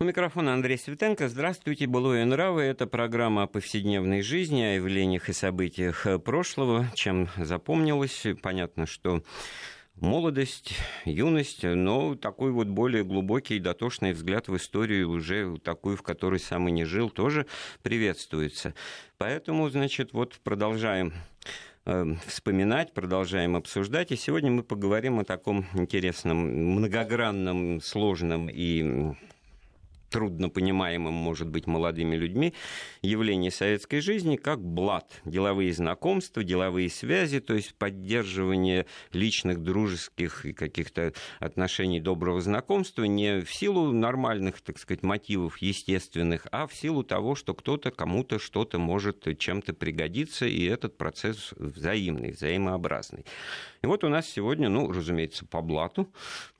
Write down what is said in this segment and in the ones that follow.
У микрофона Андрей Светенко. Здравствуйте, былое нравы. Это программа о повседневной жизни, о явлениях и событиях прошлого. Чем запомнилось? Понятно, что молодость, юность, но такой вот более глубокий и дотошный взгляд в историю, уже такую, в которой сам и не жил, тоже приветствуется. Поэтому, значит, вот продолжаем вспоминать, продолжаем обсуждать. И сегодня мы поговорим о таком интересном, многогранном, сложном и трудно понимаемым, может быть, молодыми людьми, явление советской жизни как блат. Деловые знакомства, деловые связи, то есть поддерживание личных, дружеских и каких-то отношений доброго знакомства не в силу нормальных, так сказать, мотивов естественных, а в силу того, что кто-то кому-то что-то может чем-то пригодиться, и этот процесс взаимный, взаимообразный. И вот у нас сегодня, разумеется, по блату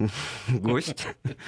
гость,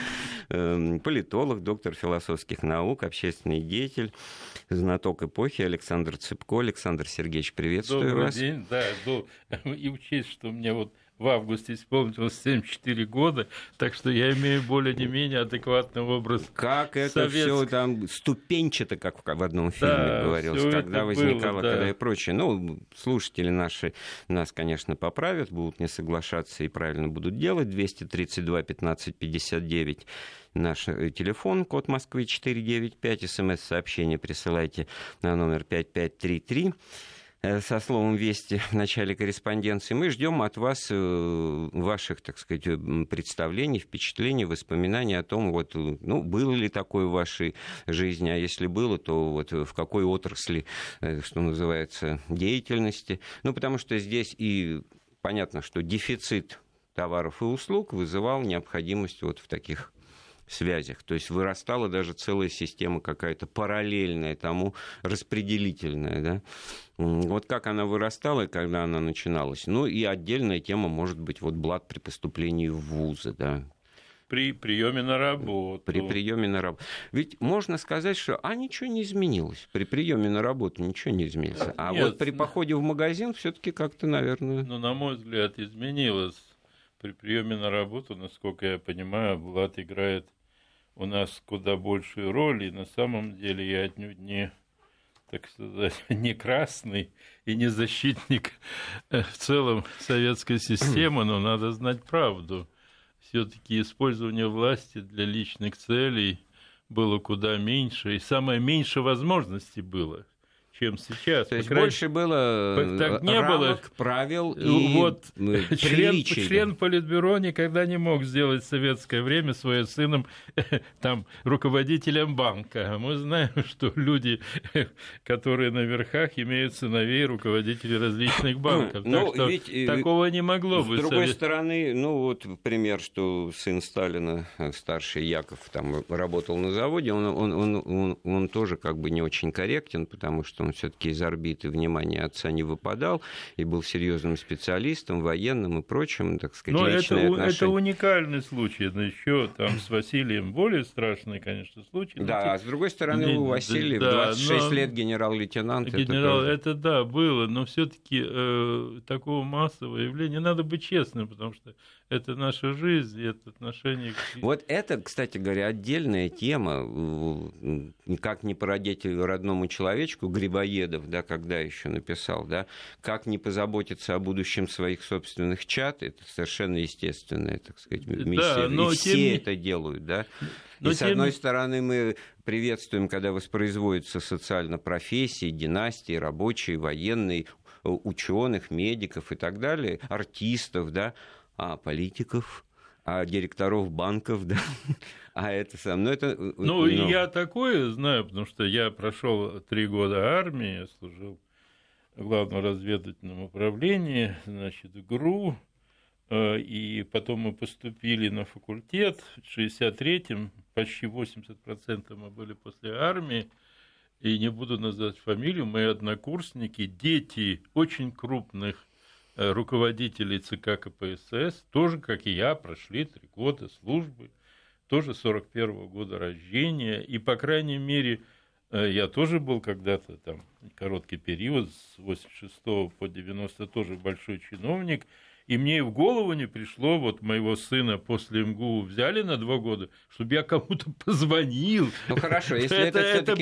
политолог, доктор философских наук, общественный деятель, знаток эпохи Александр Цыпко. Александр Сергеевич, приветствую вас. Добрый день, да, и учесть, что мне вот в августе исполнилось 74 года, так что я имею более не менее адекватный образ. Как это все там ступенчато, как в одном фильме говорилось, когда возникало, когда и прочее. Слушатели нас, конечно, поправят, будут не соглашаться и правильно будут делать. 232 15 59 наш телефон, код Москвы 495, смс-сообщение присылайте на номер 5533 со словом «Вести» в начале корреспонденции. Мы ждем от вас ваших, так сказать, представлений, впечатлений, воспоминаний о том, было ли такое в вашей жизни, а если было, то вот в какой отрасли, что называется, деятельности. Потому что здесь и понятно, что дефицит товаров и услуг вызывал необходимость вот в таких связях. То есть вырастала даже целая система какая-то параллельная тому, распределительная. Да? Вот как она вырастала и когда она начиналась. И отдельная тема может быть блат при поступлении в вузы. Да? При приеме на работу. При приеме на работу. Ведь можно сказать, что ничего не изменилось. При приеме на работу ничего не изменилось. А вот при походе в магазин все-таки как-то, наверное... на мой взгляд, изменилось. При приеме на работу, насколько я понимаю, блат играет у нас куда большую роль, и на самом деле я отнюдь не, так сказать, не красный и не защитник в целом советской системы, но надо знать правду. Все-таки использование власти для личных целей было куда меньше, и самое меньше возможностей было, чем сейчас. То есть больше было рамок, правил и приличий. Член Политбюро никогда не мог сделать в советское время своим сыном руководителем банка. Мы знаем, что люди, которые на верхах, имеют сыновей руководителей различных банков. Так что такого не могло быть. С другой стороны, пример, что сын Сталина, старший Яков, там работал на заводе, он тоже как бы не очень корректен, потому что он все-таки из орбиты внимания отца не выпадал и был серьезным специалистом, военным и прочим, так сказать, личные отношения. Это уникальный случай. Но еще там с Василием более страшный, конечно, случай. Да, а с другой стороны, у Василия 26 лет генерал-лейтенант. Это было, но все-таки такого массового явления надо быть честным, потому что это наша жизнь, это отношение к... Вот это, кстати говоря, отдельная тема, как не породить родному человечку, Грибоедов, да, когда еще написал, да, как не позаботиться о будущем своих собственных чад, это совершенно естественная, так сказать, миссия, да, и все это делают, да. И с одной стороны мы приветствуем, когда воспроизводятся социально профессии, династии, рабочие, военные, ученых, медиков и так далее, артистов, да, а политиков, а директоров банков, да, а это сам, я такое знаю, потому что я прошел 3 года армии, я служил в Главном разведывательном управлении, значит, в ГРУ, и потом мы поступили на факультет в 63-м, почти 80% мы были после армии, и не буду называть фамилию, мои однокурсники, дети очень крупных руководителей ЦК КПСС, тоже, как и я, прошли 3 года службы, тоже 41-го года рождения, и, по крайней мере, я тоже был когда-то там короткий период, с 86 по 90 тоже большой чиновник, И мне и в голову не пришло, вот моего сына после МГУ взяли на 2 года, чтобы я кому-то позвонил. Ну хорошо, если это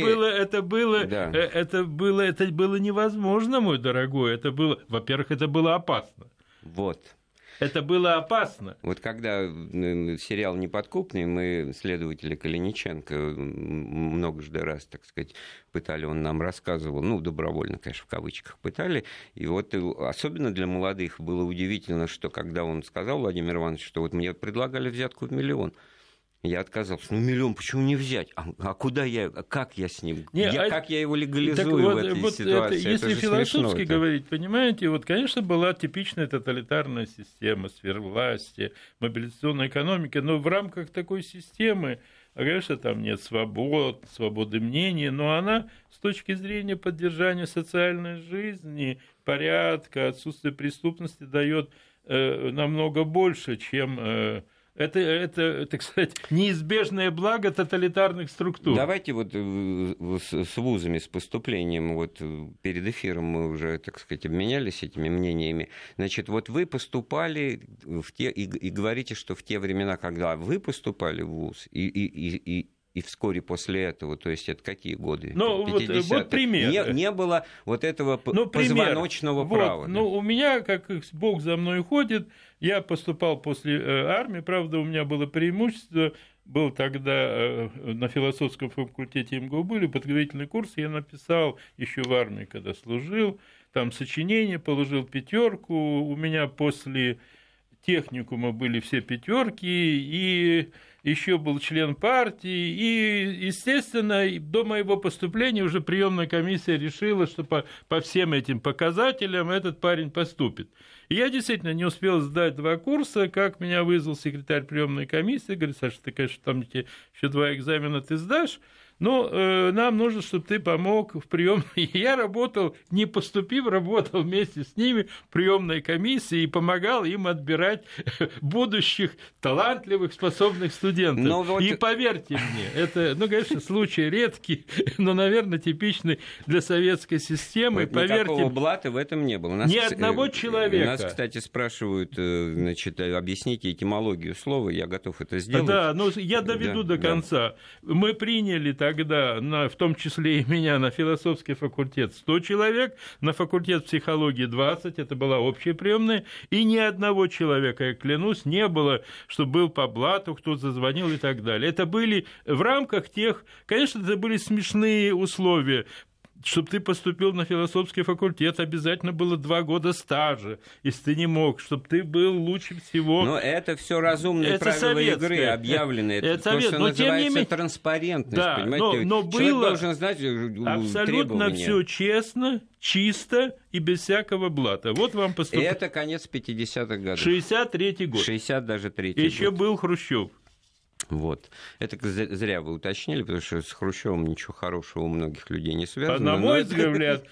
было невозможно, мой дорогой. Это было, во-первых, это было опасно. Вот. Это было опасно. Вот когда сериал «Неподкупный», мы следователя Калиниченко многожды раз, так сказать, пытали, он нам рассказывал, ну, добровольно, конечно, в кавычках пытали, и вот особенно для молодых было удивительно, что когда он сказал, Владимир Иванович, что вот мне предлагали взятку в 1 миллион, я отказался. Ну, 1 миллион почему не взять? А куда я, как я с ним? Как я его легализую в этой ситуации? Если философски говорить, понимаете, вот, конечно, была типичная тоталитарная система, сверхвластие, мобилизационная экономика, но в рамках такой системы, конечно, там нет свободы мнения, но она с точки зрения поддержания социальной жизни, порядка, отсутствия преступности дает намного больше, чем... Это, так сказать, неизбежное благо тоталитарных структур. Давайте вот с вузами, с поступлением, вот перед эфиром мы уже, так сказать, обменялись этими мнениями. Значит, вот вы поступали и говорите, что в те времена, когда вы поступали в вуз, и вскоре после этого, то есть это какие годы? Ну, вот пример. Не было вот этого позвоночного права. Ну, у меня, как Бог за мной ходит, я поступал после армии, правда, у меня было преимущество, был тогда на философском факультете МГУ были подготовительный курс, я написал еще в армии, когда служил, там сочинение, положил 5, у меня после техникума были все 5, и еще был член партии, и, естественно, до моего поступления уже приемная комиссия решила, что по всем этим показателям этот парень поступит. И я действительно не успел сдать 2 курса, как меня вызвал секретарь приемной комиссии, говорит: Саша, ты, конечно, там еще 2 экзамена ты сдашь, но нам нужно, чтобы ты помог в приемной. И я работал, не поступив, работал вместе с ними в приемной комиссии и помогал им отбирать будущих талантливых, способных студентов. Вот... И поверьте мне, это, конечно, случай редкий, но, наверное, типичный для советской системы. Вот никакого блата в этом не было. Ни одного человека. Нас, кстати, спрашивают, значит, объясните этимологию слова, я готов это сделать. Да, но я доведу до конца. Мы приняли тогда, в том числе и меня, на философский факультет 100 человек, на факультет психологии 20, это была общая приемная, и ни одного человека, я клянусь, не было, что был по блату, кто зазвонил и так далее. Это были в рамках тех, конечно, это были смешные условия. Чтобы ты поступил на философский факультет, обязательно было 2 года стажа, если ты не мог, чтобы ты был лучше всего. Но это все разумные правила игры, объявленные. Это то, что называется транспарентность. Да, понимаете? Но человек было должен знать абсолютно все честно, чисто и без всякого блата. Вот вам поступил. Это конец 50-х годов. 63-й год. 60 даже 3-й год. Еще был Хрущев. Вот. Это зря вы уточнили, потому что с Хрущевым ничего хорошего у многих людей не связано. На мой взгляд,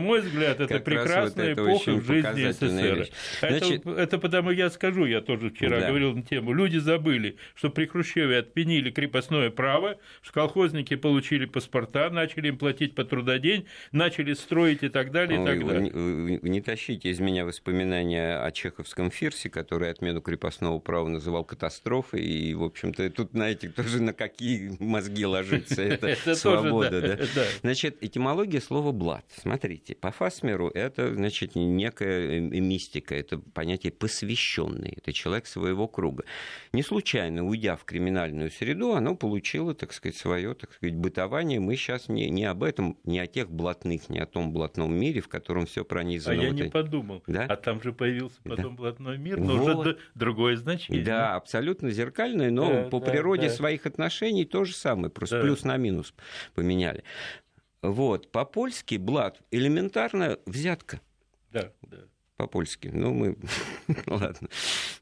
это прекрасная эпоха в жизни СССР. Это потому я скажу, я тоже вчера говорил на тему. Люди забыли, что при Хрущеве отменили крепостное право, что колхозники получили паспорта, начали им платить по трудодень, начали строить и так далее, и так далее. Не тащите из меня воспоминания о чеховском Фирсе, который отмену крепостного права называл катастрофой, и, в общем-то, тут, знаете, тоже на какие мозги ложится эта свобода. Да? Значит, этимология слова «блат». Смотрите, по Фасмеру это, значит, некая мистика, это понятие «посвященный», это человек своего круга. Не случайно, уйдя в криминальную среду, оно получило, так сказать, свое, так сказать, бытование. Мы сейчас не об этом, не о тех блатных, не о том блатном мире, в котором все пронизано. А я не подумал. Да? А там же появился потом блатной мир, но уже другое значение. Да, абсолютно зеркальное, но по природе своих отношений то же самое, просто плюс на минус поменяли. Вот, по-польски блат элементарно взятка. Да. По-польски. Ну, мы... Ладно.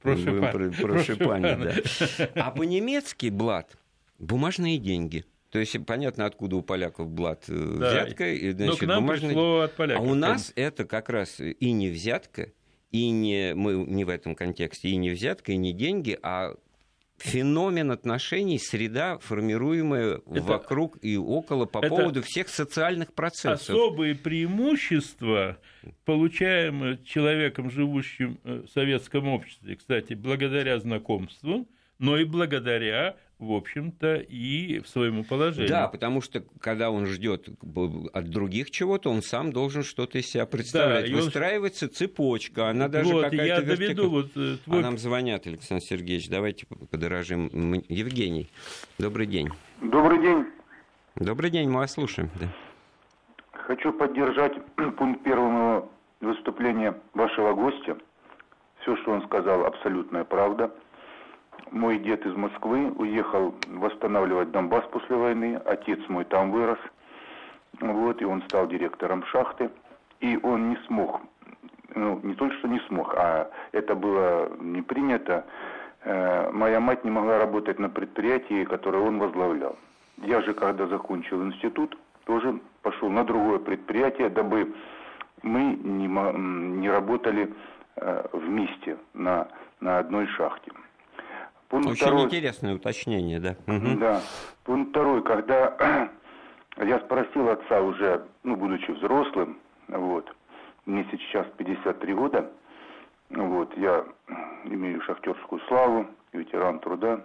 Проще пани, да. А по-немецки блат бумажные деньги. То есть понятно, откуда у поляков блат взятка. Но к нам пришло от поляков. А у нас это как раз и не взятка, и не в этом контексте, и не взятка, и не деньги, а феномен отношений, среда, формируемая вокруг и около по поводу всех социальных процессов. Особые преимущества, получаемые человеком, живущим в советском обществе, кстати, благодаря знакомству, но и благодаря, в общем-то, и своему положению. Да, потому что, когда он ждет от других чего-то, он сам должен что-то из себя представлять. Да, выстраивается цепочка, она даже какая-то вертикальная. А нам звонят, Александр Сергеевич, давайте подорожим. Евгений, добрый день. Добрый день. Добрый день, мы вас слушаем. Да. Хочу поддержать пункт первого выступления вашего гостя. Все, что он сказал, абсолютная правда. Мой дед из Москвы уехал восстанавливать Донбасс после войны. Отец мой там вырос. Вот, и он стал директором шахты. И он не смог, не только что не смог, а это было не принято. Моя мать не могла работать на предприятии, которое он возглавлял. Я же, когда закончил институт, тоже пошел на другое предприятие, дабы мы не работали вместе на одной шахте. Пункт Очень второй. Интересное уточнение, да. Да. Пункт второй, когда я спросил отца уже, будучи взрослым, вот, мне сейчас 53 года, вот, я имею шахтерскую славу, ветеран труда,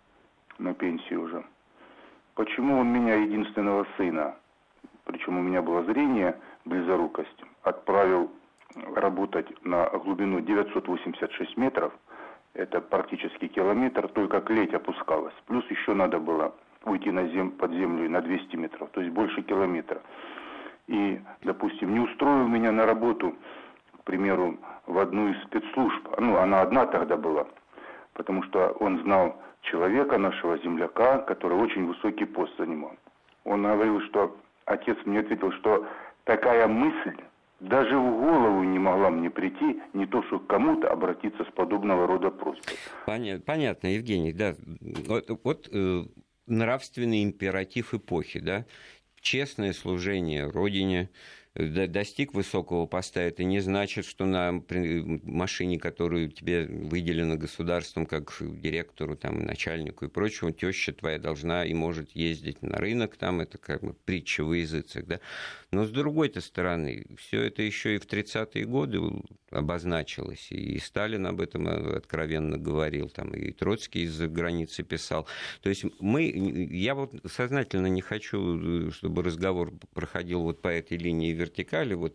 на пенсии уже. Почему он меня, единственного сына, причем у меня было зрение, близорукость, отправил работать на глубину 986 метров, это практически километр, только клеть опускалась. Плюс еще надо было уйти под землю на 200 метров, то есть больше километра. И, допустим, не устроил меня на работу, к примеру, в одну из спецслужб. Она одна тогда была, потому что он знал человека, нашего земляка, который очень высокий пост занимал. Он говорил, что отец мне ответил, что такая мысль даже в голову не могла мне прийти, не то что к кому-то обратиться с подобного рода просьбой. Понятно, Евгений, да. Вот нравственный императив эпохи, да. Честное служение Родине, достиг высокого поста, это не значит, что на машине, которую тебе выделено государством как директору, там, начальнику и прочему, теща твоя должна и может ездить на рынок, там, это как бы притча во языцах, да. Но с другой-то стороны, все это еще и в 30-е годы обозначилось, и Сталин об этом откровенно говорил, там, и Троцкий из-за границы писал. То есть я вот сознательно не хочу, чтобы разговор проходил вот по этой линии вертикали, вот,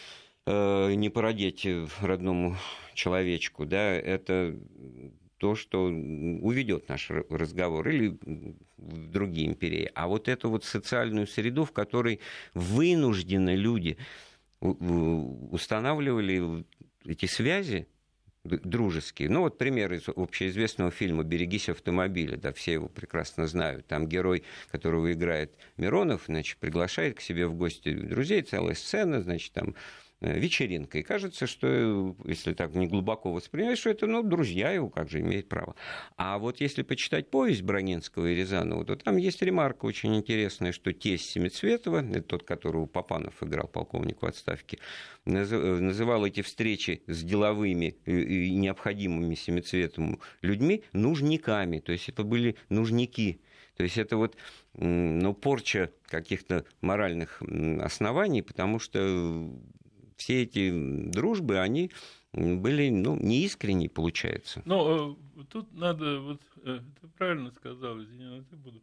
не породеть родному человечку, да, это то, что уведет наш разговор, или в другие империи. А вот эту вот социальную среду, в которой вынуждены люди устанавливали эти связи дружеские. Ну, вот пример из общеизвестного фильма «Берегись автомобиля», да, все его прекрасно знают. Там герой, которого играет Миронов, значит, приглашает к себе в гости друзей, целая сцена, значит, там вечеринка. И кажется, что, если так не глубоко воспринимать, что это, друзья его, как же имеет право. А вот если почитать повесть Брагинского и Рязанова, то там есть ремарка очень интересная, что тесть Семицветова, это тот, которого Папанов играл, полковник в отставке, называл эти встречи с деловыми и необходимыми Семицветовым людьми нужниками. То есть это были нужники. То есть это вот порча каких-то моральных оснований, потому что все эти дружбы, они были неискренние, получается. Но тут надо, ты правильно сказал, извини,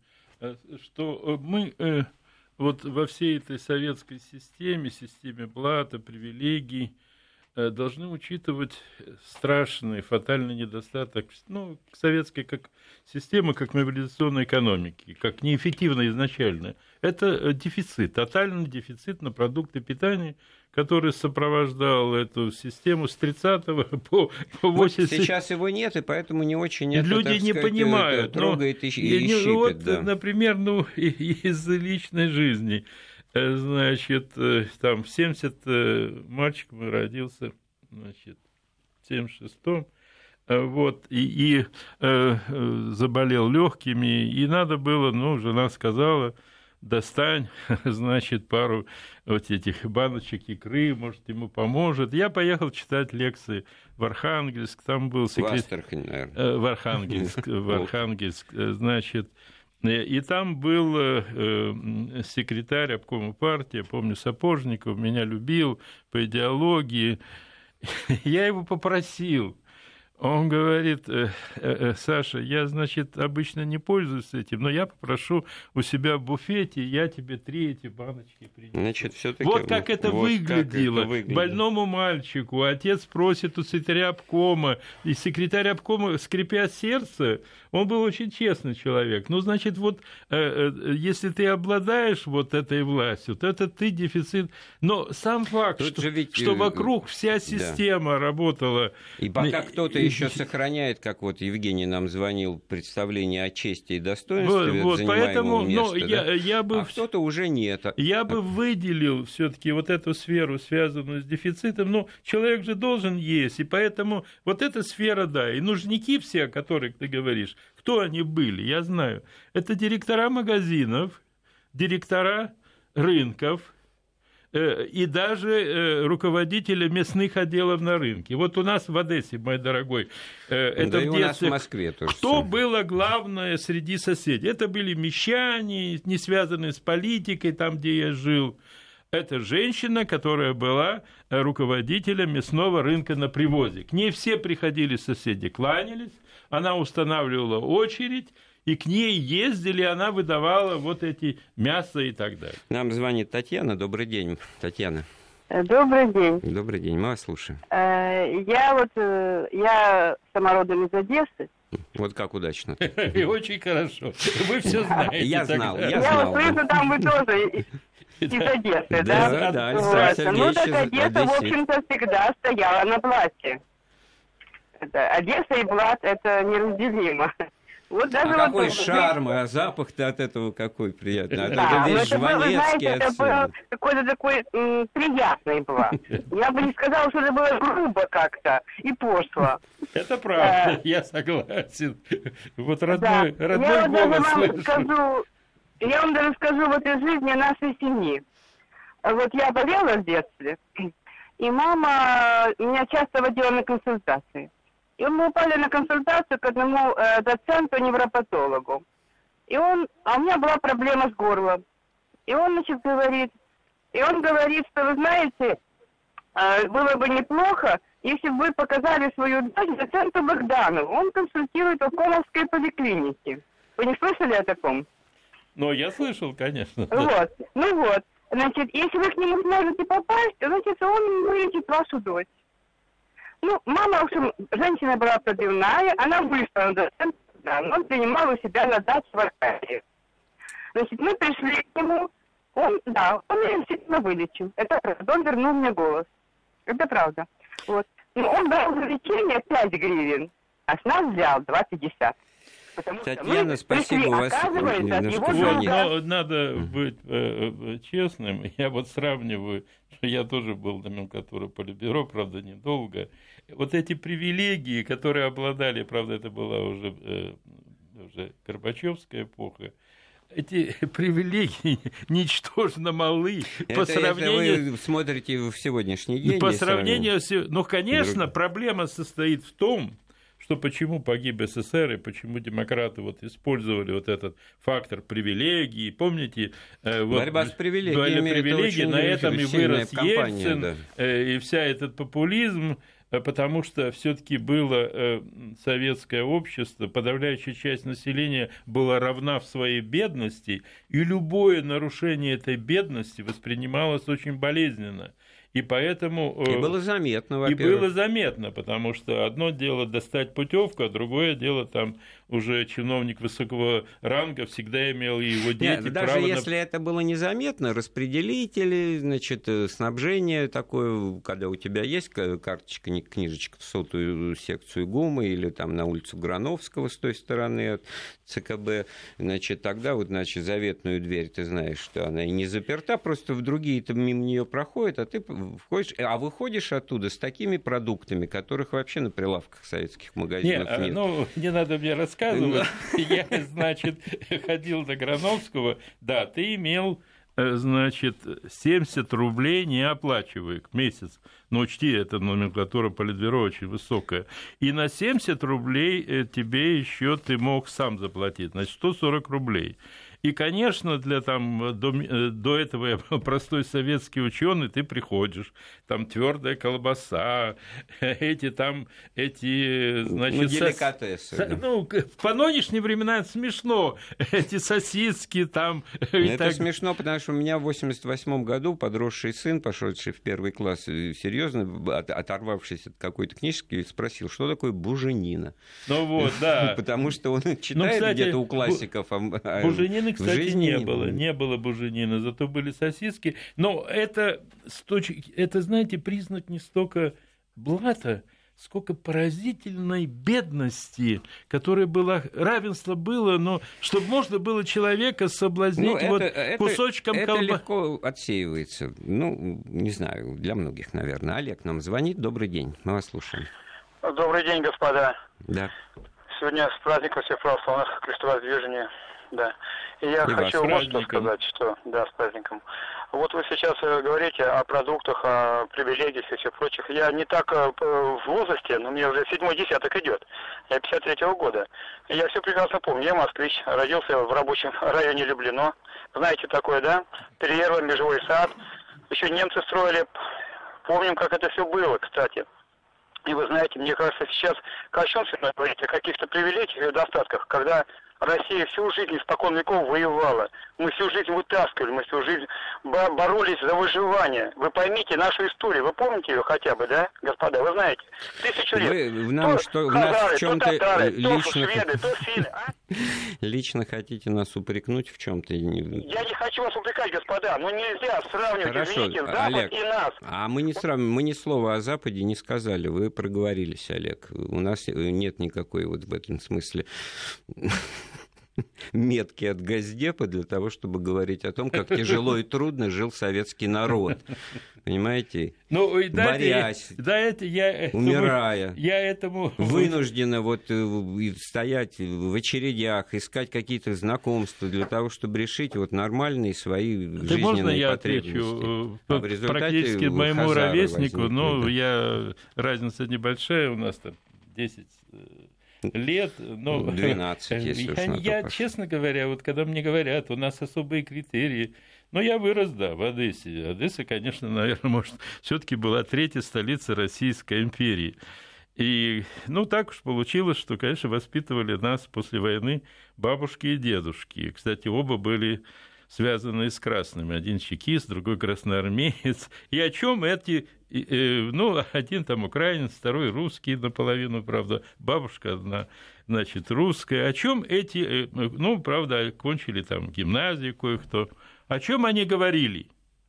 что мы вот во всей этой советской системе блата, привилегий, должны учитывать страшный, фатальный недостаток советской как системы, как мобилизационной экономики, как неэффективно изначально. Это дефицит, тотальный дефицит на продукты питания, который сопровождал эту систему с 30-го по 80-го. Сейчас его нет, и поэтому не очень это, люди не понимают. Трогает и щипет. Да. Например, из личной жизни. Значит, там в 70 мальчик мой родился, значит, в 76-м, вот, и заболел легкими, и надо было, жена сказала, достань, значит, пару вот этих баночек икры, может, ему поможет. Я поехал читать лекции в Архангельск, там был секретарь... В Астрахань, наверное. В Архангельск, значит... И там был секретарь обкома партии, я помню, Сапожников, меня любил по идеологии. Я его попросил. Он говорит: Саша, я, значит, обычно не пользуюсь этим, но я попрошу у себя в буфете, я тебе 3 эти баночки принесу. Значит, всё-таки вот как это выглядело. Больному мальчику отец просит у секретаря обкома, и секретарь обкома, скрипя сердце, он был очень честный человек. Ну, значит, вот если ты обладаешь вот этой властью, то это ты дефицит. Но сам факт, что вокруг вся система работала... И пока кто-то еще сохраняет, как вот Евгений нам звонил, представление о чести и достоинстве занимаемого места, я бы, а кто-то уже нет. Я бы выделил все-таки вот эту сферу, связанную с дефицитом. Ну, человек же должен есть, и поэтому вот эта сфера, да, и нужники все, о которых ты говоришь, кто они были, я знаю. Это директора магазинов, директора рынков, и даже руководители мясных отделов на рынке. Вот у нас в Одессе, мой дорогой, это да в детстве, у нас в Москве тоже. Кто было главное среди соседей? Это были мещане, не связанные с политикой, там, где я жил. Это женщина, которая была руководителем мясного рынка на Привозе. К ней все приходили соседи, кланялись, она устанавливала очередь, и к ней ездили, она выдавала вот эти мясо и так далее. Нам звонит Татьяна. Добрый день, Татьяна. Добрый день. Добрый день, мы вас слушаем. Я сама родом из Одессы. Вот как удачно. И очень хорошо. Вы все знаете. Я знал. Я вот слышу, там вы тоже из Одессы, да? Да, ну, так Одесса, в общем-то, всегда стояла на платье. Одесса и блат – это неразделимо. Вот даже какой шарм, а запах-то от этого какой приятный. Да, но это было, знаете, это был какой-то такой приятный блат. Я бы не сказала, что это было грубо как-то и пошло. Это правда, я согласен. Вот родной голос слышу. Я вам даже скажу вот из жизни нашей семьи. Вот я болела в детстве, и мама меня часто водила на консультации. И мы упали на консультацию к одному доценту-невропатологу. А у меня была проблема с горлом. И он, говорит, что, вы знаете, было бы неплохо, если бы вы показали свою дочь доценту Богданову. Он консультирует в Комовской поликлинике. Вы не слышали о таком? Ну, я слышал, конечно. Вот, значит, если вы к нему сможете попасть, значит, он вылечит вашу дочь. Ну, мама, в общем, женщина была пробивная, она вышла на доцент, он принимал у себя на даче в Аркадии. Значит, мы пришли к нему, он меня действительно вылечил. Это правда, он вернул мне голос. Это правда. Вот. Но он брал за лечение 5 гривен, а с нас взял 2,50. Татьяна, спасибо вас. Но надо быть честным. Я вот сравниваю, что я тоже был номенклатура Политбюро, правда, недолго. Вот эти привилегии, которые обладали, правда, это была уже Горбачевская эпоха, эти привилегии ничтожно малы по сравнению... Это вы смотрите в сегодняшний день. По сравнению с... Ну, конечно, проблема состоит в том, что почему погиб СССР и почему демократы вот использовали вот этот фактор привилегий. Помните, борьба с привилегиями, на этом и вырос Ельцин, да. И вся этот популизм, потому что все-таки было советское общество, подавляющая часть населения была равна в своей бедности, и любое нарушение этой бедности воспринималось очень болезненно. И поэтому... И было заметно, во-первых. И было заметно, потому что одно дело достать путевку, а другое дело там уже чиновник высокого ранга всегда имел и его дети. Нет, даже если это было незаметно, распределители, значит, снабжение такое, когда у тебя есть карточка, книжечка в 100-ю секцию ГУМа или там на улицу Грановского с той стороны от ЦКБ, значит, тогда вот, значит, заветную дверь ты знаешь, что она и не заперта, просто в другие-то мимо нее проходят, а ты входишь, а выходишь оттуда с такими продуктами, которых вообще на прилавках советских магазинов нет. Ну, не надо мне рассказывать, рассказывать. Я, значит, ходил до Грановского. Да, ты имел, значит, 70 рублей неоплачиваемых в месяц. Но учти, эта номенклатура Политбюро очень высокая. И на 70 рублей тебе еще ты мог сам заплатить. Значит, 140 рублей. И, конечно, до этого я простой советский ученый, ты приходишь, там твердая колбаса, значит... деликатесы. По нынешним временам это смешно, эти сосиски там... Это смешно, потому что у меня в 88 году подросший сын, пошедший в первый класс, серьезно, оторвавшись от какой-то книжки, спросил, что такое буженина. Ну вот, да. Потому что он читает где-то у классиков, буженины, кстати, не было буженины, зато были сосиски. Но это, знаете, признак не столько блата, сколько поразительной бедности, которая была, равенство было, но чтобы можно было человека соблазнить кусочком колбасы. Это легко отсеивается. Не знаю, для многих, наверное. Олег нам звонит. Добрый день, мы вас слушаем. Добрый день, господа. Да. Сегодня с праздником всех православных крестовоздвижения. Да. И я хочу вот что сказать, что... Да, с праздником. Вот вы сейчас говорите о продуктах, о привилегиях и всех прочих. Я не так в возрасте, но мне уже 7-й десяток идет. Я 53-го года. И я все прекрасно помню. Я москвич, родился в рабочем районе Люблино. Знаете такое, да? Перьерва, Межевой сад. Еще немцы строили. Помним, как это все было, кстати. И вы знаете, мне кажется, сейчас кощунственно говорить о каких-то привилегиях и достатках, когда Россия всю жизнь испокон веков воевала. Мы всю жизнь вытаскивали, мы всю жизнь боролись за выживание. Вы поймите нашу историю, вы помните ее хотя бы, да, господа? Вы знаете, 1000 лет. Вы в нас в чем-то лично... шведы, то финны, Лично хотите нас упрекнуть в чем-то? Я не хочу вас упрекать, господа, но нельзя сравнивать, извините, Запад Олег, и нас. А мы не сравниваем, мы ни слова о Западе не сказали, вы проговорились, Олег. У нас нет никакой вот в этом смысле метки от Госдепа для того, чтобы говорить о том, как тяжело и трудно жил советский народ. Понимаете? Борясь, умирая, вынужденно стоять в очередях, искать какие-то знакомства для того, чтобы решить нормальные свои жизненные потребности. Можно я отвечу практически моему ровеснику, разница небольшая, у нас там 10 лет, 12, если уж на то я, честно говоря, когда мне говорят, у нас особые критерии, я вырос, в Одессе. Одесса, конечно, наверное, может, все-таки была третья столица Российской империи. И, так уж получилось, что, конечно, воспитывали нас после войны бабушки и дедушки. Кстати, оба были связанные с красными. Один чекист, другой красноармеец. И о чем эти... один там украинец, второй русский наполовину, правда, бабушка одна, русская. О чем эти, правда, кончили там гимназию кое-кто. О чем они говорили?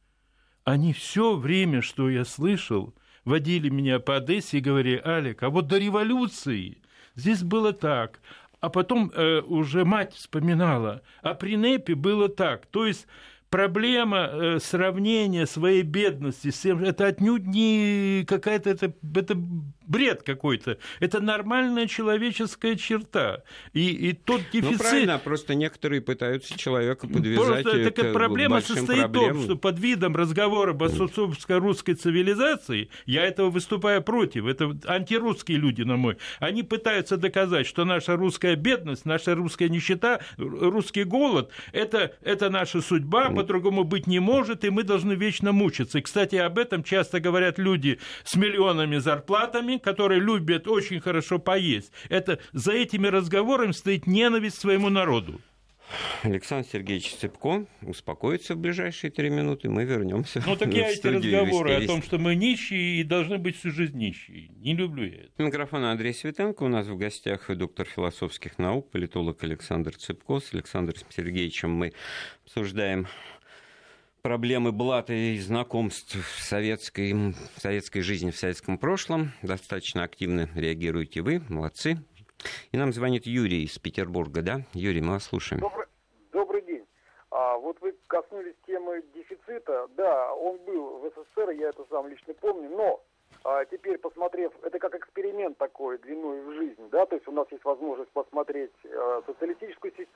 Они все время, что я слышал, водили меня по Одессе и говорили: Алек, а вот до революции здесь было так. А потом уже мать вспоминала, а при НЭПе было так. То есть проблема сравнения своей бедности с тем, это отнюдь не какая-то, это бред какой-то. Это нормальная человеческая черта. И тот дефицит... правильно, просто некоторые пытаются человека подвязать к проблема состоит проблемам. В том, что под видом разговора об русской цивилизации, я этого выступаю против, это антирусские люди, на мой, они пытаются доказать, что наша русская бедность, наша русская нищета, русский голод, это наша судьба, по-другому быть не может, и мы должны вечно мучиться. И, кстати, об этом часто говорят люди с миллионами зарплатами, которые любят очень хорошо поесть. За этими разговорами стоит ненависть к своему народу. Александр Сергеевич Цыпко успокоится в ближайшие 3 минуты, мы вернемся. Так я эти разговоры о том, что мы нищие и должны быть всю жизнь нищие. Не люблю я это. Микрофон Андрей Светенко. У нас в гостях доктор философских наук, политолог Александр Цыпко. С Александром Сергеевичем мы обсуждаем проблемы блата и знакомств в советской жизни, в советском прошлом. Достаточно активно реагируете вы, молодцы. И нам звонит Юрий из Петербурга, да? Юрий, мы вас слушаем. Добрый день. Вот вы коснулись темы дефицита. Да, он был в СССР, я это сам лично помню, но теперь посмотрев, это как эксперимент такой длиной в жизнь, да, то есть у нас есть возможность посмотреть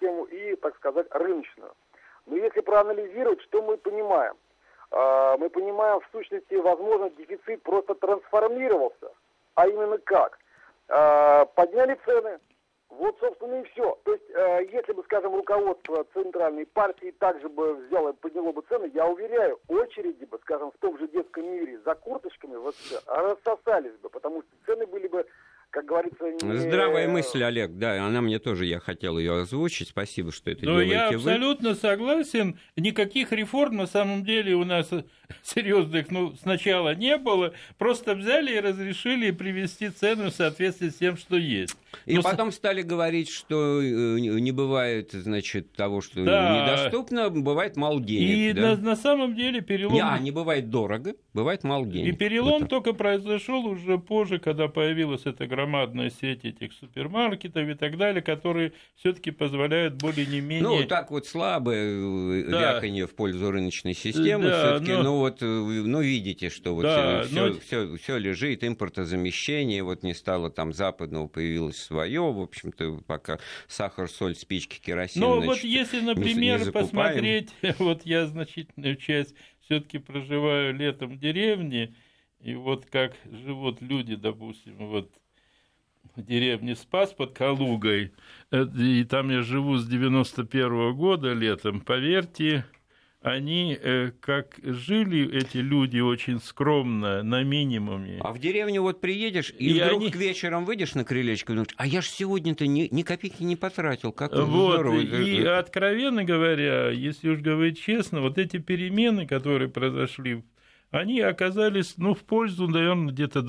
систему и, так сказать, рыночную. Но если проанализировать, что мы понимаем? Мы понимаем, в сущности, возможно, дефицит просто трансформировался. А именно как? Подняли цены, вот, собственно, и все. То есть, если бы, скажем, руководство центральной партии также бы взяло и подняло бы цены, я уверяю, очереди бы, скажем, в том же детском мире за курточками рассосались бы, потому что цены были бы, как говорится, не... Здравая мысль, Олег, да, она мне тоже, я хотел ее озвучить, спасибо, что это делаете вы. Я абсолютно согласен, никаких реформ на самом деле у нас серьезных, сначала не было, просто взяли и разрешили привести цены в соответствии с тем, что есть. И потом стали говорить, что не бывает, значит, того, что недоступно, бывает мало денег. И на самом деле перелом... Не бывает дорого, бывает мало денег. И перелом только произошел уже позже, когда появилась эта громадная сеть этих супермаркетов и так далее, которые все-таки позволяют более не менее... так вот слабое вяканье в пользу рыночной системы, все-таки, видите, что вот все лежит, импортозамещение, вот не стало там западного, появилось свое, в общем-то, пока сахар, соль, спички, керосин. Вот если, например, посмотреть, вот я значительную часть все-таки проживаю летом в деревне, и вот как живут люди, допустим, вот в деревне Спас под Калугой, и там я живу с 91-го года летом, поверьте, они как жили, эти люди, очень скромно, на минимуме. А в деревню вот приедешь, и вдруг вечером выйдешь на крылечко, и думаешь, а я ж сегодня-то ни копейки не потратил, как здорово. И, откровенно говоря, если уж говорить честно, вот эти перемены, которые произошли, они оказались, в пользу, наверное, где-то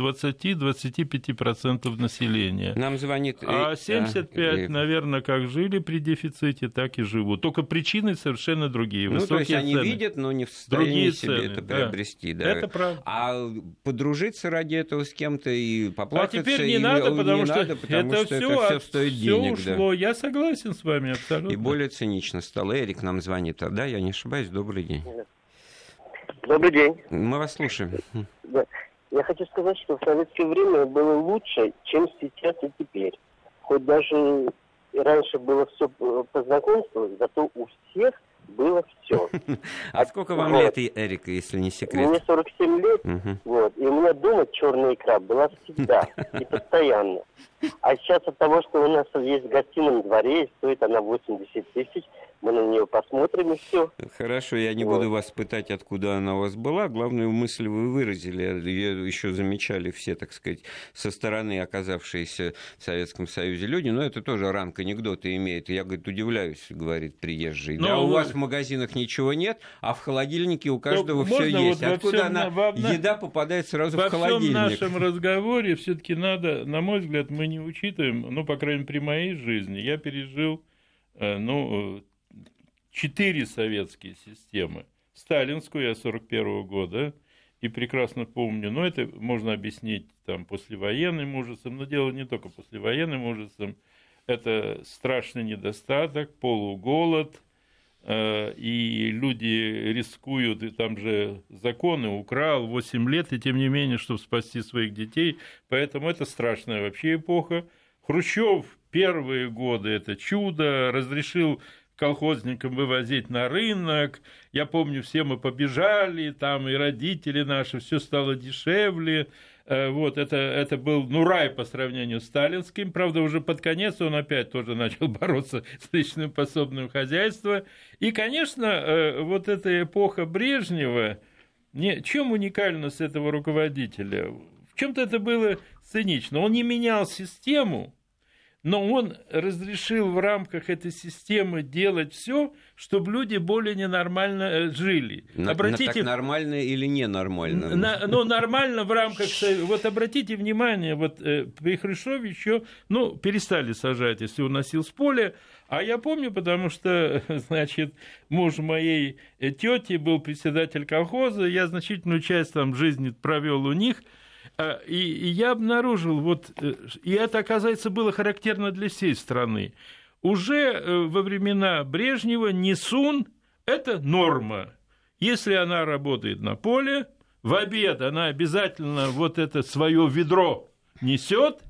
20-25% населения. Нам звонит... А 75, наверное, как жили при дефиците, так и живут. Только причины совершенно другие. Высокие то есть они цены. видят, но не в состоянии себе это да. приобрести. Да. Это правда. А подружиться ради этого с кем-то и поплакаться... А теперь не надо, потому что это все стоит денег. Ушло. Да. Я согласен с вами абсолютно. И более цинично стало. Эрик нам звонит. Да, я не ошибаюсь. Добрый день. Добрый день. Мы вас слушаем. Да. Я хочу сказать, что в советское время было лучше, чем сейчас и теперь. Хоть даже и раньше было все по знакомству, зато у всех было все. А сколько вам лет, Эрик, если не секрет? Мне 47 лет, и у меня дома черная икра была всегда и постоянно. А сейчас от того, что у нас есть в гостином дворе, и стоит она 80 тысяч, мы на нее посмотрим, и все. Хорошо, я не буду вас пытать, откуда она у вас была. Главную мысль вы выразили. Ее еще замечали все, так сказать, со стороны оказавшиеся в Советском Союзе люди. Но это тоже ранг анекдота имеет. Я, говорит, удивляюсь, говорит приезжий. Да, у вас в магазинах ничего нет, а в холодильнике у каждого все есть. Откуда еда попадает сразу в холодильник? Во всем нашем разговоре все-таки надо, на мой взгляд, мы не учитываем, по крайней мере, при моей жизни, я пережил, 4 советские системы. Сталинскую я 41-го года, и прекрасно помню, это можно объяснить послевоенным ужасом, но дело не только послевоенным ужасом, это страшный недостаток, полуголод, и люди рискуют, и там же законы, украл 8 лет, и тем не менее, чтобы спасти своих детей, поэтому это страшная вообще эпоха. Хрущев первые годы это чудо, разрешил колхозникам вывозить на рынок. Я помню, все мы побежали, там и родители наши, все стало дешевле. Это был рай по сравнению с сталинским. Правда, уже под конец он опять тоже начал бороться с личным пособным хозяйством. И, конечно, эта эпоха Брежнева, чем уникальность этого руководителя? В чем-то это было цинично. Он не менял систему, но он разрешил в рамках этой системы делать все, чтобы люди более ненормально жили. Так нормально или ненормально? Нормально в рамках... обратите внимание, при Хрущеве еще перестали сажать, если уносил с поля. А я помню, потому что, муж моей тети был председатель колхоза, я значительную часть жизни провел у них. И я обнаружил, и это, оказывается, было характерно для всей страны. Уже во времена Брежнева несун – это норма. Если она работает на поле, в обед она обязательно это свое ведро несет,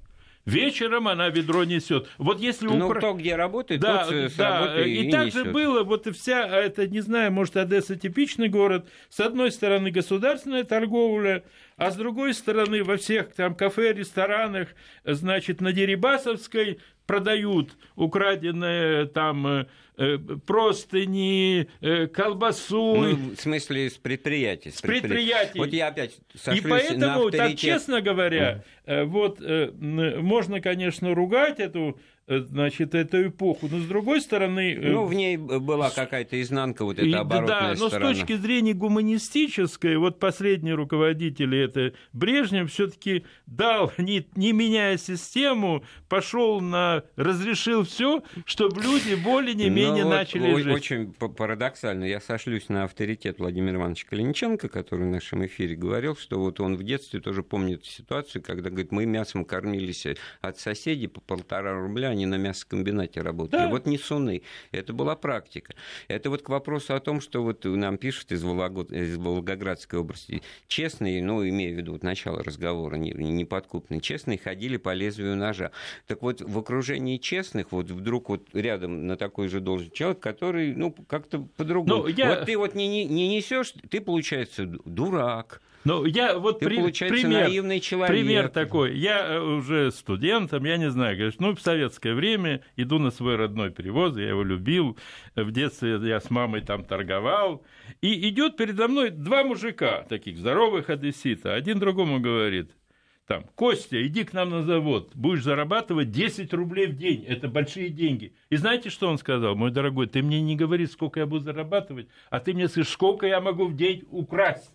вечером она ведро несет. Вот если кто где работает, да, тот с да, работы и и так несет. же было, вот и вся, это, не знаю, может, Одесса типичный город, с одной стороны государственная торговля, а с другой стороны во всех там кафе, ресторанах, значит, на Дерибасовской продают украденные там простыни, колбасу. Ну, в смысле, с предприятий. С предприятий. Вот я опять сошлюсь и поэтому, на авторитет. так честно говоря, вот можно, конечно, ругать эту, значит, эту эпоху, но с другой стороны... Ну, в ней была какая-то изнанка, вот эта оборотная сторона. Да, но с точки зрения гуманистической, вот последний руководитель, это Брежнев, все-таки дал, не меняя систему, пошел разрешил все, чтобы люди более-менее начали жить. Очень парадоксально. Я сошлюсь на авторитет Владимира Ивановича Калиниченко, который в нашем эфире говорил, что вот он в детстве тоже помнит ситуацию, когда, говорит, мы мясом кормились от соседей по 1,5 рубля, они на мясокомбинате работали. Да. Вот несуны. Это была практика. Это вот к вопросу о том, что вот нам пишут из Волгоградской области. Честные, ну, имея в виду вот начало разговора, неподкупные, честные ходили по лезвию ножа. Так вот, в окружении честных, вот вдруг вот рядом на такой же должен человек, который, ну, как-то по-другому. Вот ты вот не несешь, ты, получается, дурак. Ну, я вот наивный человек. Пример такой. Я уже студентом, я не знаю, говоришь, ну, в советское время иду на свой родной перевоз, я его любил. В детстве я с мамой там торговал. И идет передо мной 2 мужика, таких здоровых одессита. Один другому говорит, там, Костя, иди к нам на завод, будешь зарабатывать 10 рублей в день, это большие деньги. И знаете, что он сказал? Мой дорогой, ты мне не говори, сколько я буду зарабатывать, а ты мне скажи, сколько я могу в день украсть.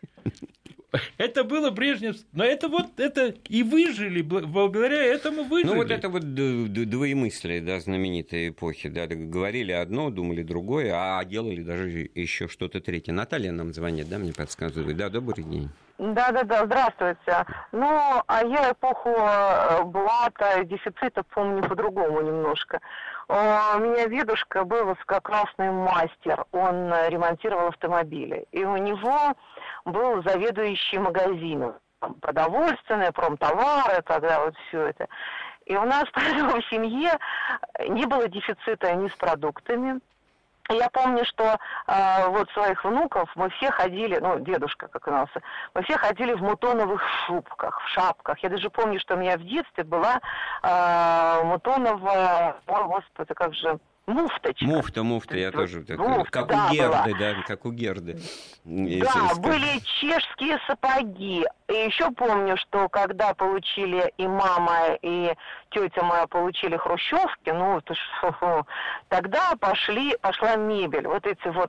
Это было Брежнев, но это вот это и выжили, благодаря этому выжили. Ну вот это вот двоемыслие, да, знаменитой эпохи, да, говорили одно, думали другое, а делали даже еще что-то третье. Наталья нам звонит, да, мне подсказывает. Да, добрый день. Да, здравствуйте. Ну, а я эпоху блата, дефицита помню по-другому немножко. У меня дедушка был высококлассный мастер, он ремонтировал автомобили, и у него был заведующий магазином, продовольственные, промтовары, тогда вот все это. И у нас в семье не было дефицита ни с продуктами. Я помню, что вот своих внуков мы все ходили, ну, дедушка, как у нас, мы все ходили в мутоновых шубках, в шапках. Я даже помню, что у меня в детстве была мутоновая, ой, господи, как же... Муфта, я тоже. Муфта, как да, у Герды, была. да, как у Герды. Да, были чешские сапоги. И еще помню, что когда получили и мама, и тетя моя получили хрущевки, ну, тогда пошла мебель. Вот эти вот...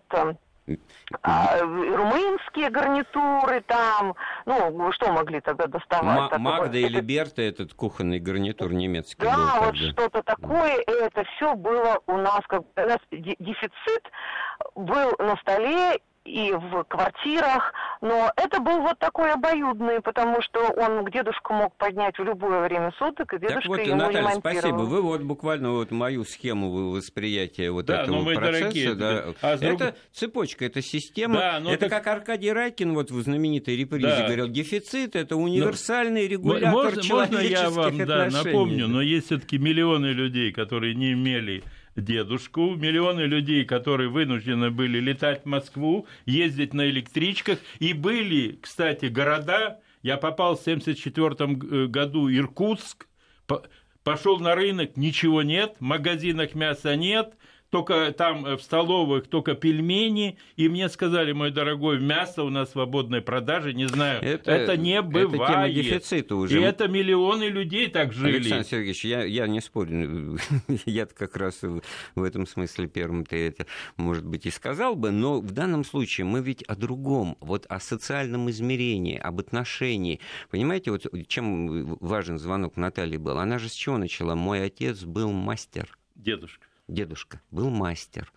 румынские гарнитуры там, ну, что могли тогда доставать? Магда или Берта, этот кухонный гарнитур немецкий был. Да, вот что-то такое, и это все было у нас, у нас дефицит был на столе и в квартирах, но это был вот такой обоюдный, потому что он к дедушку мог поднять в любое время суток, и дедушка вот, ему Наталья, ремонтировал. Спасибо. Вы вот буквально вот мою схему восприятия вот этого процесса. Да. Это цепочка, это система. Да, это как Аркадий Райкин вот в знаменитой репризе говорил, дефицит – это универсальный регулятор человеческих отношений. Можно я вам напомню, но есть все-таки миллионы людей, которые не имели дедушку, миллионы людей, которые вынуждены были летать в Москву, ездить на электричках, и были, кстати, города, я попал в 1974 году в Иркутск, пошел на рынок, ничего нет, в магазинах мяса нет, только там в столовых только пельмени, и мне сказали, мой дорогой, мясо у нас в свободной продаже, не знаю, это не бывает. Это тема дефицита уже. И это миллионы людей так жили. Александр Сергеевич, я не спорю, я как раз в этом смысле первым-то это, может быть, и сказал бы, но в данном случае мы ведь о другом, вот о социальном измерении, об отношении. Понимаете, вот чем важен звонок Натальи был? Она же с чего начала? Мой отец был мастер. Дедушка был мастер.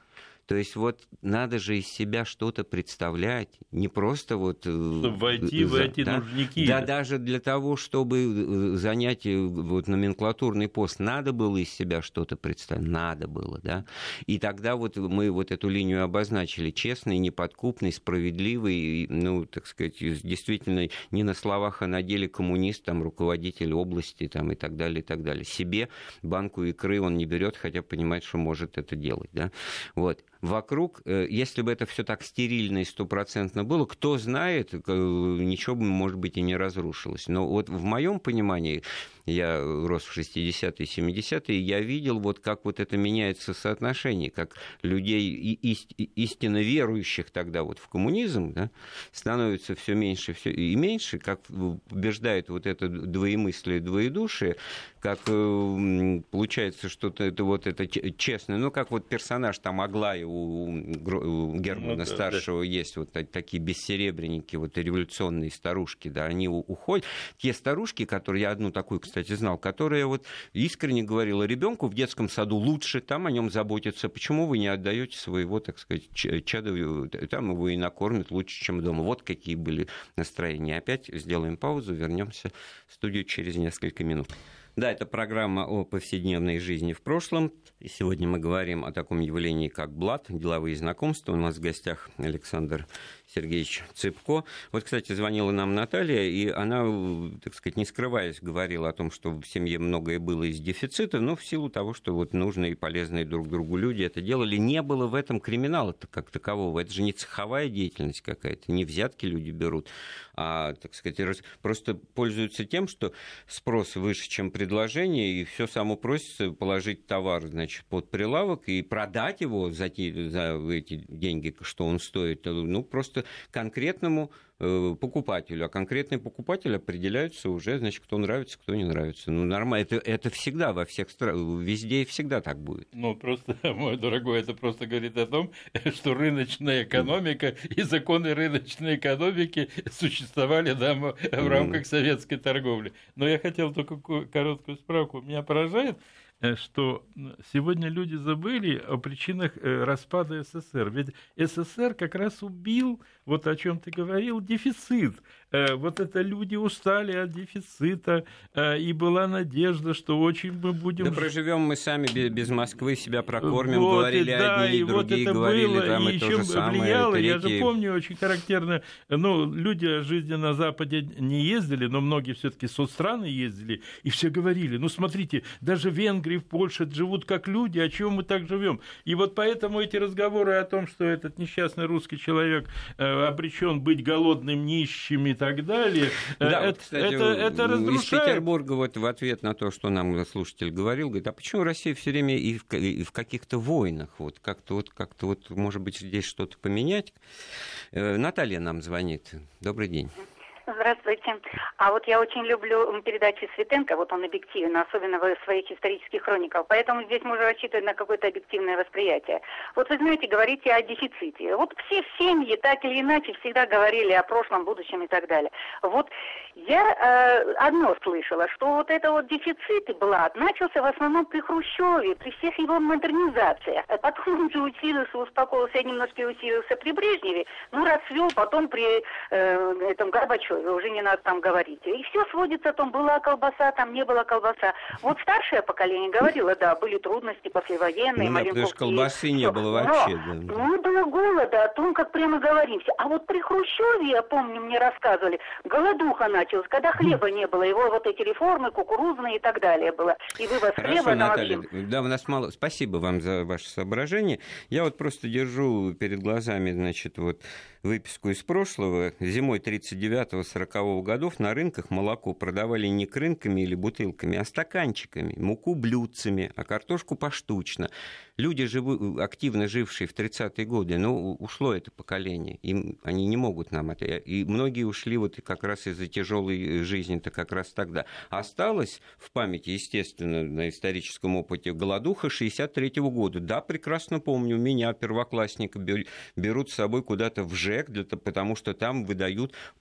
То есть вот надо же из себя что-то представлять, не просто вот... Чтобы войти в эти нужники. Да, даже для того, чтобы занять вот номенклатурный пост, надо было из себя что-то представить, надо было, да. И тогда вот мы вот эту линию обозначили: честный, неподкупный, справедливый, ну, так сказать, действительно не на словах, а на деле коммунист, там, руководитель области, там, и так далее, и так далее. Себе банку икры он не берет, хотя понимает, что может это делать, да. Вот. Вокруг, если бы это все так стерильно и стопроцентно было, кто знает, ничего бы, может быть, и не разрушилось. Но вот в моем понимании, я рос в 60-е, 70-е, я видел, вот как вот это меняется соотношение, как людей истинно верующих тогда вот в коммунизм, да, становится все меньше и меньше, как побеждает вот это двоемыслие, двоедушие, как получается что-то это вот это честное, ну как вот персонаж там Аглая у Германа Старшего есть вот такие бессеребренники, вот революционные старушки, да, они уходят. Те старушки, которые, я одну такую, кстати, знал, которая вот искренне говорила: ребенку в детском саду лучше, там о нем заботятся, почему вы не отдаете своего, так сказать, чада, там его и накормят лучше, чем дома. Вот какие были настроения. Опять сделаем паузу, вернемся в студию через несколько минут. Да, это программа о повседневной жизни в прошлом. И сегодня мы говорим о таком явлении, как блат, деловые знакомства. У нас в гостях Александр Сергеевич Цыпко. Вот, кстати, звонила нам Наталья, и она, так сказать, не скрываясь, говорила о том, что в семье многое было из дефицита, но в силу того, что вот нужные и полезные друг другу люди это делали, не было в этом криминала как такового. Это же не цеховая деятельность какая-то, не взятки люди берут, а, так сказать, просто пользуются тем, что спрос выше, чем предложение, и все само просится положить товар, значит, под прилавок и продать его за эти деньги, что он стоит, ну, просто конкретному покупателю, а конкретный покупатель определяется уже, значит, кто нравится, кто не нравится. Ну, нормально, это всегда во всех странах, везде и всегда так будет. Ну, просто, мой дорогой, это просто говорит о том, что рыночная экономика и законы рыночной экономики существовали, да, в рамках советской торговли. Но я хотел только короткую справку. Меня поражает, что сегодня люди забыли о причинах распада СССР. Ведь СССР как раз убил, вот о чем ты говорил, дефицит. Вот это люди устали от дефицита, и была надежда, что очень мы будем... Да проживем мы сами без Москвы, себя прокормим, вот, говорили да, одни, и другие вот говорили, было, там и и то же самое. Влияло, я же помню, очень характерно, ну, люди о жизни на Западе не ездили, но многие все-таки соцстраны ездили, и все говорили: ну, смотрите, даже в Венгрии, в Польше живут как люди, о чем мы так живем? И вот поэтому эти разговоры о том, что этот несчастный русский человек обречен быть голодным, нищим и так далее, да, это, кстати, это разрушает. Из Петербурга вот в ответ на то, что нам слушатель говорил, говорит: а почему Россия все время и в каких-то войнах? Вот как-то, может быть, здесь что-то поменять? Наталья нам звонит. Добрый день. Здравствуйте. А вот я очень люблю передачи Светенко, вот он объективен, особенно в своих исторических хрониках, поэтому здесь можно рассчитывать на какое-то объективное восприятие. Вот вы знаете, говорите о дефиците. Вот все семьи так или иначе всегда говорили о прошлом, будущем и так далее. Вот я одно слышала, что вот это вот дефицит и блат начался в основном при Хрущеве, при всех его модернизациях. А потом он же усилился, успокоился, немножко усилился при Брежневе, ну расцвел потом при этом Горбачеве. Уже не надо там говорить. И все сводится о том, была колбаса, там не была колбаса. Вот старшее поколение говорило, да, были трудности послевоенные, ну, потому что колбасы не было вообще. Да. Ну, было голода, о том, как прямо говоримся. А вот при Хрущеве, я помню, мне рассказывали, голодуха началась, когда хлеба не было. Его вот эти реформы, кукурузные и так далее было. И вывоз хлеба... Наталья, да, у нас мало... Спасибо вам за ваше соображение. Я вот просто держу перед глазами, значит, вот выписку из прошлого. Зимой 39-40 годов на рынках молоко продавали не крынками или бутылками, а стаканчиками, муку блюдцами, а картошку поштучно. Люди, активно жившие в 30-е годы, ну, ушло это поколение, они не могут нам это. И многие ушли вот как раз из-за тяжелой жизни-то как раз тогда. Осталось в памяти, естественно, на историческом опыте голодуха 63-го года. Да, прекрасно помню, меня, первоклассника, берут с собой куда-то в ЖЭК, потому что там выдают по килограмму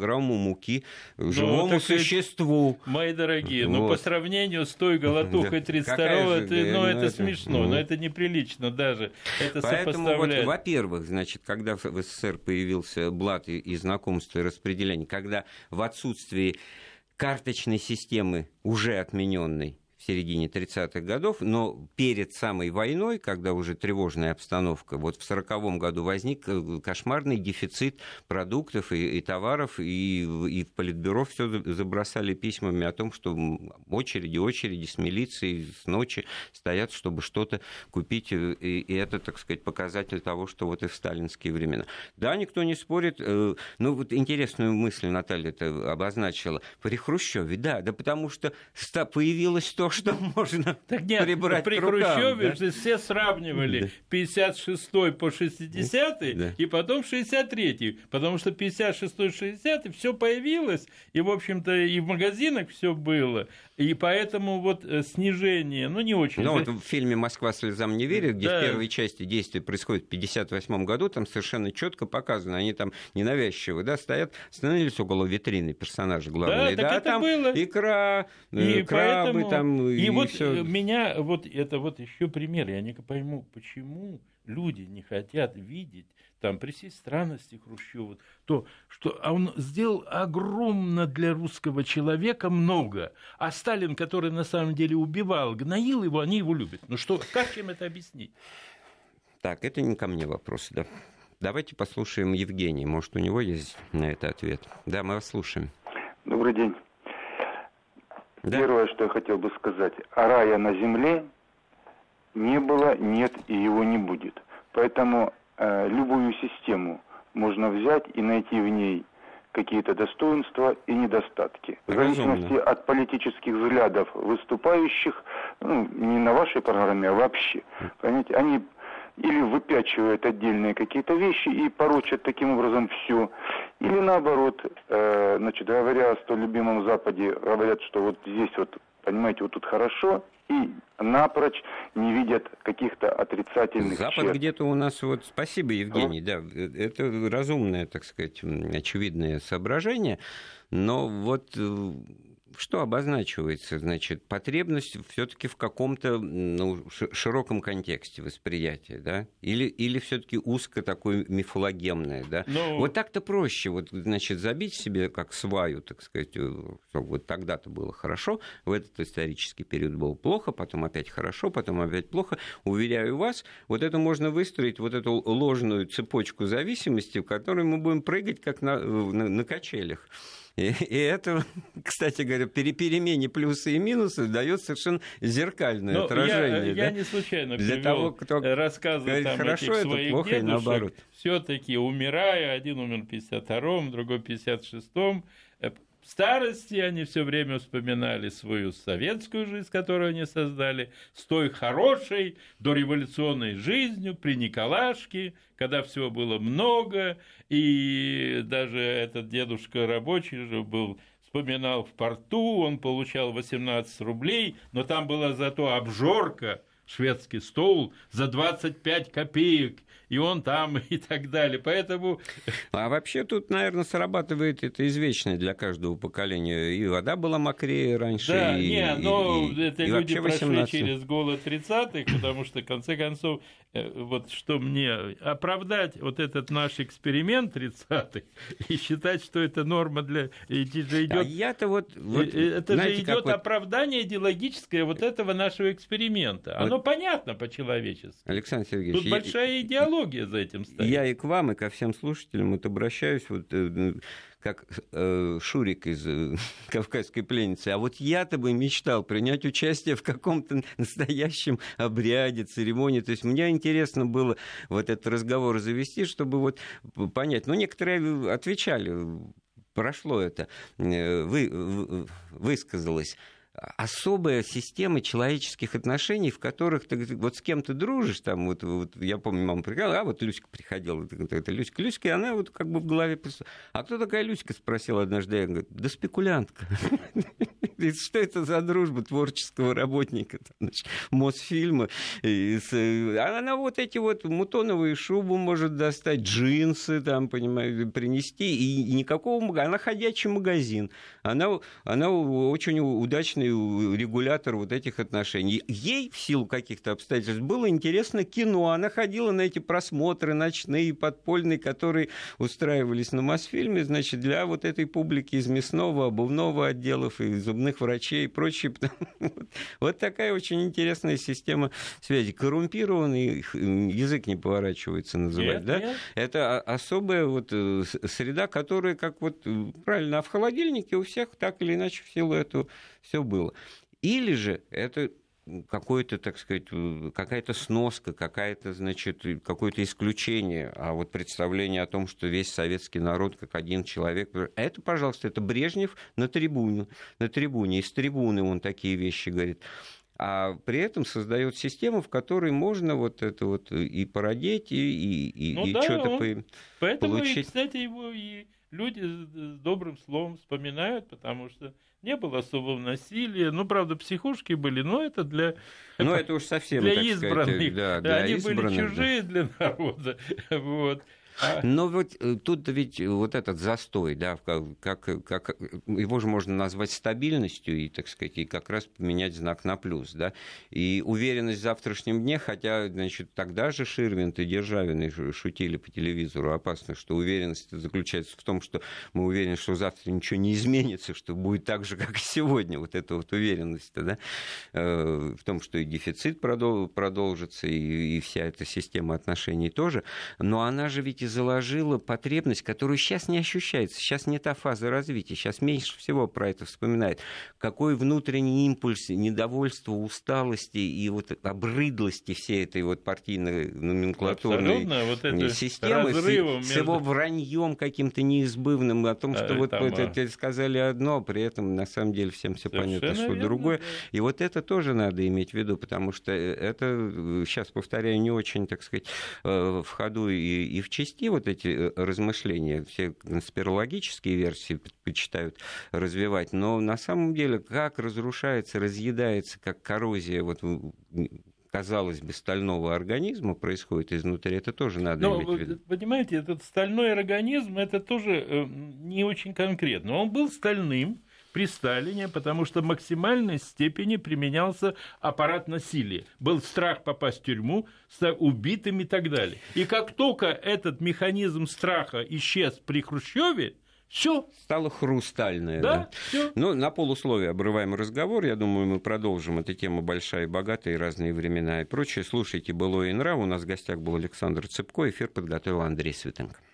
килограмму муки живому существу. Мои дорогие, но по сравнению с той голодухой 32-го, это смешно, но это неприлично даже. Это поэтому, вот, во-первых, значит, когда в СССР появился блат и знакомство и распределение, когда в отсутствии карточной системы, уже отмененной в середине 30-х годов, но перед самой войной, когда уже тревожная обстановка, вот в 1940 году возник кошмарный дефицит продуктов и товаров, и в Политбюро все забросали письмами о том, что очереди с милицией с ночи стоят, чтобы что-то купить, и это, так сказать, показатель того, что вот и в сталинские времена. Да, никто не спорит, ну вот интересную мысль Наталья это обозначила, при Хрущеве, да, потому что появилось то, что можно прибрать при к рукам, Хрущеве да? все сравнивали 56-й по 60-й, да. И потом 63-й, потому что 56-й, 60-й все появилось, и, в общем-то, и в магазинах все было, и поэтому вот снижение, ну, не очень. Ну, вот в фильме «Москва слезам не верит», где в первой части действие происходит в 1958 году, там совершенно четко показано, они там ненавязчиво, да, становились около витрины персонажи главные, да, да, там было. Икра, и крабы, поэтому... там, и вот всё. Меня, вот это вот еще пример, я не пойму, почему люди не хотят видеть, там, при всей странности Хрущева, то, что он сделал огромно для русского человека много, а Сталин, который на самом деле убивал, гноил его, они его любят. Ну что, как им это объяснить? Так, это не ко мне вопрос, да. Давайте послушаем Евгения, может, у него есть на это ответ. Да, мы вас слушаем. Добрый день. Да? Первое, что я хотел бы сказать, рая на земле не было, нет и его не будет. Поэтому любую систему можно взять и найти в ней какие-то достоинства и недостатки. В зависимости от политических взглядов выступающих, ну, не на вашей программе, а вообще. Понимаете, они или выпячивают отдельные какие-то вещи и порочат таким образом все, или наоборот, значит, говоря о столь любимом Западе, говорят, что вот здесь вот, понимаете, вот тут хорошо, и напрочь не видят каких-то отрицательных Запад черт. где-то у нас, вот, спасибо, Евгений, да, это разумное, так сказать, очевидное соображение, но вот что обозначивается, значит, потребность все-таки в каком-то широком контексте восприятия, да, или все-таки узко такое мифологемное, да. Вот так-то проще, вот, значит, забить себе как сваю, так сказать, вот тогда-то было хорошо, в этот исторический период было плохо, потом опять хорошо, потом опять плохо. Уверяю вас, вот это можно выстроить, вот эту ложную цепочку зависимости, в которой мы будем прыгать как на качелях. И это, кстати говоря, при перемене плюсы и минусы дает совершенно зеркальное отражение. Я не случайно привел рассказы там хорошо, этих своих плохо, дедушек. Все-таки умирая, один умер в 52-м, другой в 56-м. В старости они все время вспоминали свою советскую жизнь, которую они создали, с той хорошей дореволюционной жизнью при Николашке, когда всего было много, и даже этот дедушка рабочий же был, вспоминал в порту, он получал 18 рублей, но там была зато обжорка, шведский стол за 25 копеек, и он там и так далее. Поэтому... А вообще тут, наверное, срабатывает это извечное для каждого поколения. И вода была мокрее раньше, да, и люди прошли 18. через голод 30-х, потому что, в конце концов, вот что мне оправдать вот этот наш эксперимент 30-х и считать, что это норма для... идет... А я-то вот это знаете, же идет вот... оправдание идеологическое вот этого нашего эксперимента. Оно понятно по-человечески. Александр Сергеевич, тут большая идеология за этим стоит. Я и к вам, и ко всем слушателям вот обращаюсь, вот, как Шурик из «Кавказской пленницы». А вот я-то бы мечтал принять участие в каком-то настоящем обряде, церемонии. То есть мне интересно было вот этот разговор завести, чтобы вот понять. Но некоторые отвечали, прошло это, высказалось. Особая система человеческих отношений, в которых ты вот с кем ты дружишь, там, вот я помню, мама приходила, вот Люська приходила, это Люська, и она вот как бы в голове... А кто такая Люська, спросила однажды, я говорю, да спекулянтка. Что это за дружба творческого работника, значит, Мосфильма? Она вот эти вот мутоновые шубы может достать, джинсы, там, понимаете, принести, и никакого магазина. Она ходячий магазин. Она очень удачный регулятор вот этих отношений. Ей, в силу каких-то обстоятельств, было интересно кино. Она ходила на эти просмотры ночные, подпольные, которые устраивались на Мосфильме, значит, для вот этой публики из мясного, обувного отделов и зубных врачей и прочее. Вот такая очень интересная система связи. Коррумпированный язык не поворачивается называть, да? Нет. Это особая вот среда, которая, как вот правильно, а в холодильнике у всех так или иначе в силу этого все было. Или же это какое-то, так сказать, какая-то сноска, значит, какое-то исключение, а вот представление о том, что весь советский народ как один человек, это, пожалуйста, это Брежнев на трибуне, из трибуны он такие вещи говорит. А при этом создает систему, в которой можно вот это вот и породеть, и да, что-то поэтому получить. И, кстати, его и люди с добрым словом вспоминают, потому что не было особого насилия. Ну, правда, психушки были, но это для... Ну, это уж совсем, для так избранных. Сказать, да, для Они избранных, были чужие для народа. Вот. Но вот тут ведь вот этот застой, да, как его же можно назвать стабильностью и, так сказать, и как раз поменять знак на плюс, да, и уверенность в завтрашнем дне, хотя, значит, тогда же Ширвинд и Державин шутили по телевизору опасно, что уверенность заключается в том, что мы уверены, что завтра ничего не изменится, что будет так же, как и сегодня, вот эта вот уверенность, да, в том, что и дефицит продолжится, и вся эта система отношений тоже, но она же ведь и заложила потребность, которую сейчас не ощущается. Сейчас не та фаза развития. Сейчас меньше всего про это вспоминает. Какой внутренний импульс недовольства, усталости и вот обрыдлости всей этой вот партийной номенклатурной вот системы с его враньем каким-то неизбывным о том, что вот это сказали одно, при этом на самом деле всем все понятно, что другое. Да. И вот это тоже надо иметь в виду, потому что это, сейчас повторяю, не очень, так сказать, в ходу и в части вот эти размышления, все конспирологические версии предпочитают развивать, но на самом деле как разрушается, разъедается, как коррозия вот, казалось бы, стального организма происходит изнутри, это тоже надо иметь в виду. Понимаете, этот стальной организм, это тоже не очень конкретно. Он был стальным при Сталине, потому что в максимальной степени применялся аппарат насилия. Был страх попасть в тюрьму, убитым и так далее. И как только этот механизм страха исчез при Хрущеве, все стало хрустальное. Да? Всё. Ну, на полусловие обрываем разговор. Я думаю, мы продолжим. Эта тема большая и богатая, и разные времена и прочее. Слушайте «Былое и нрав». У нас в гостях был Александр Цыпко. Эфир подготовил Андрей Светенко.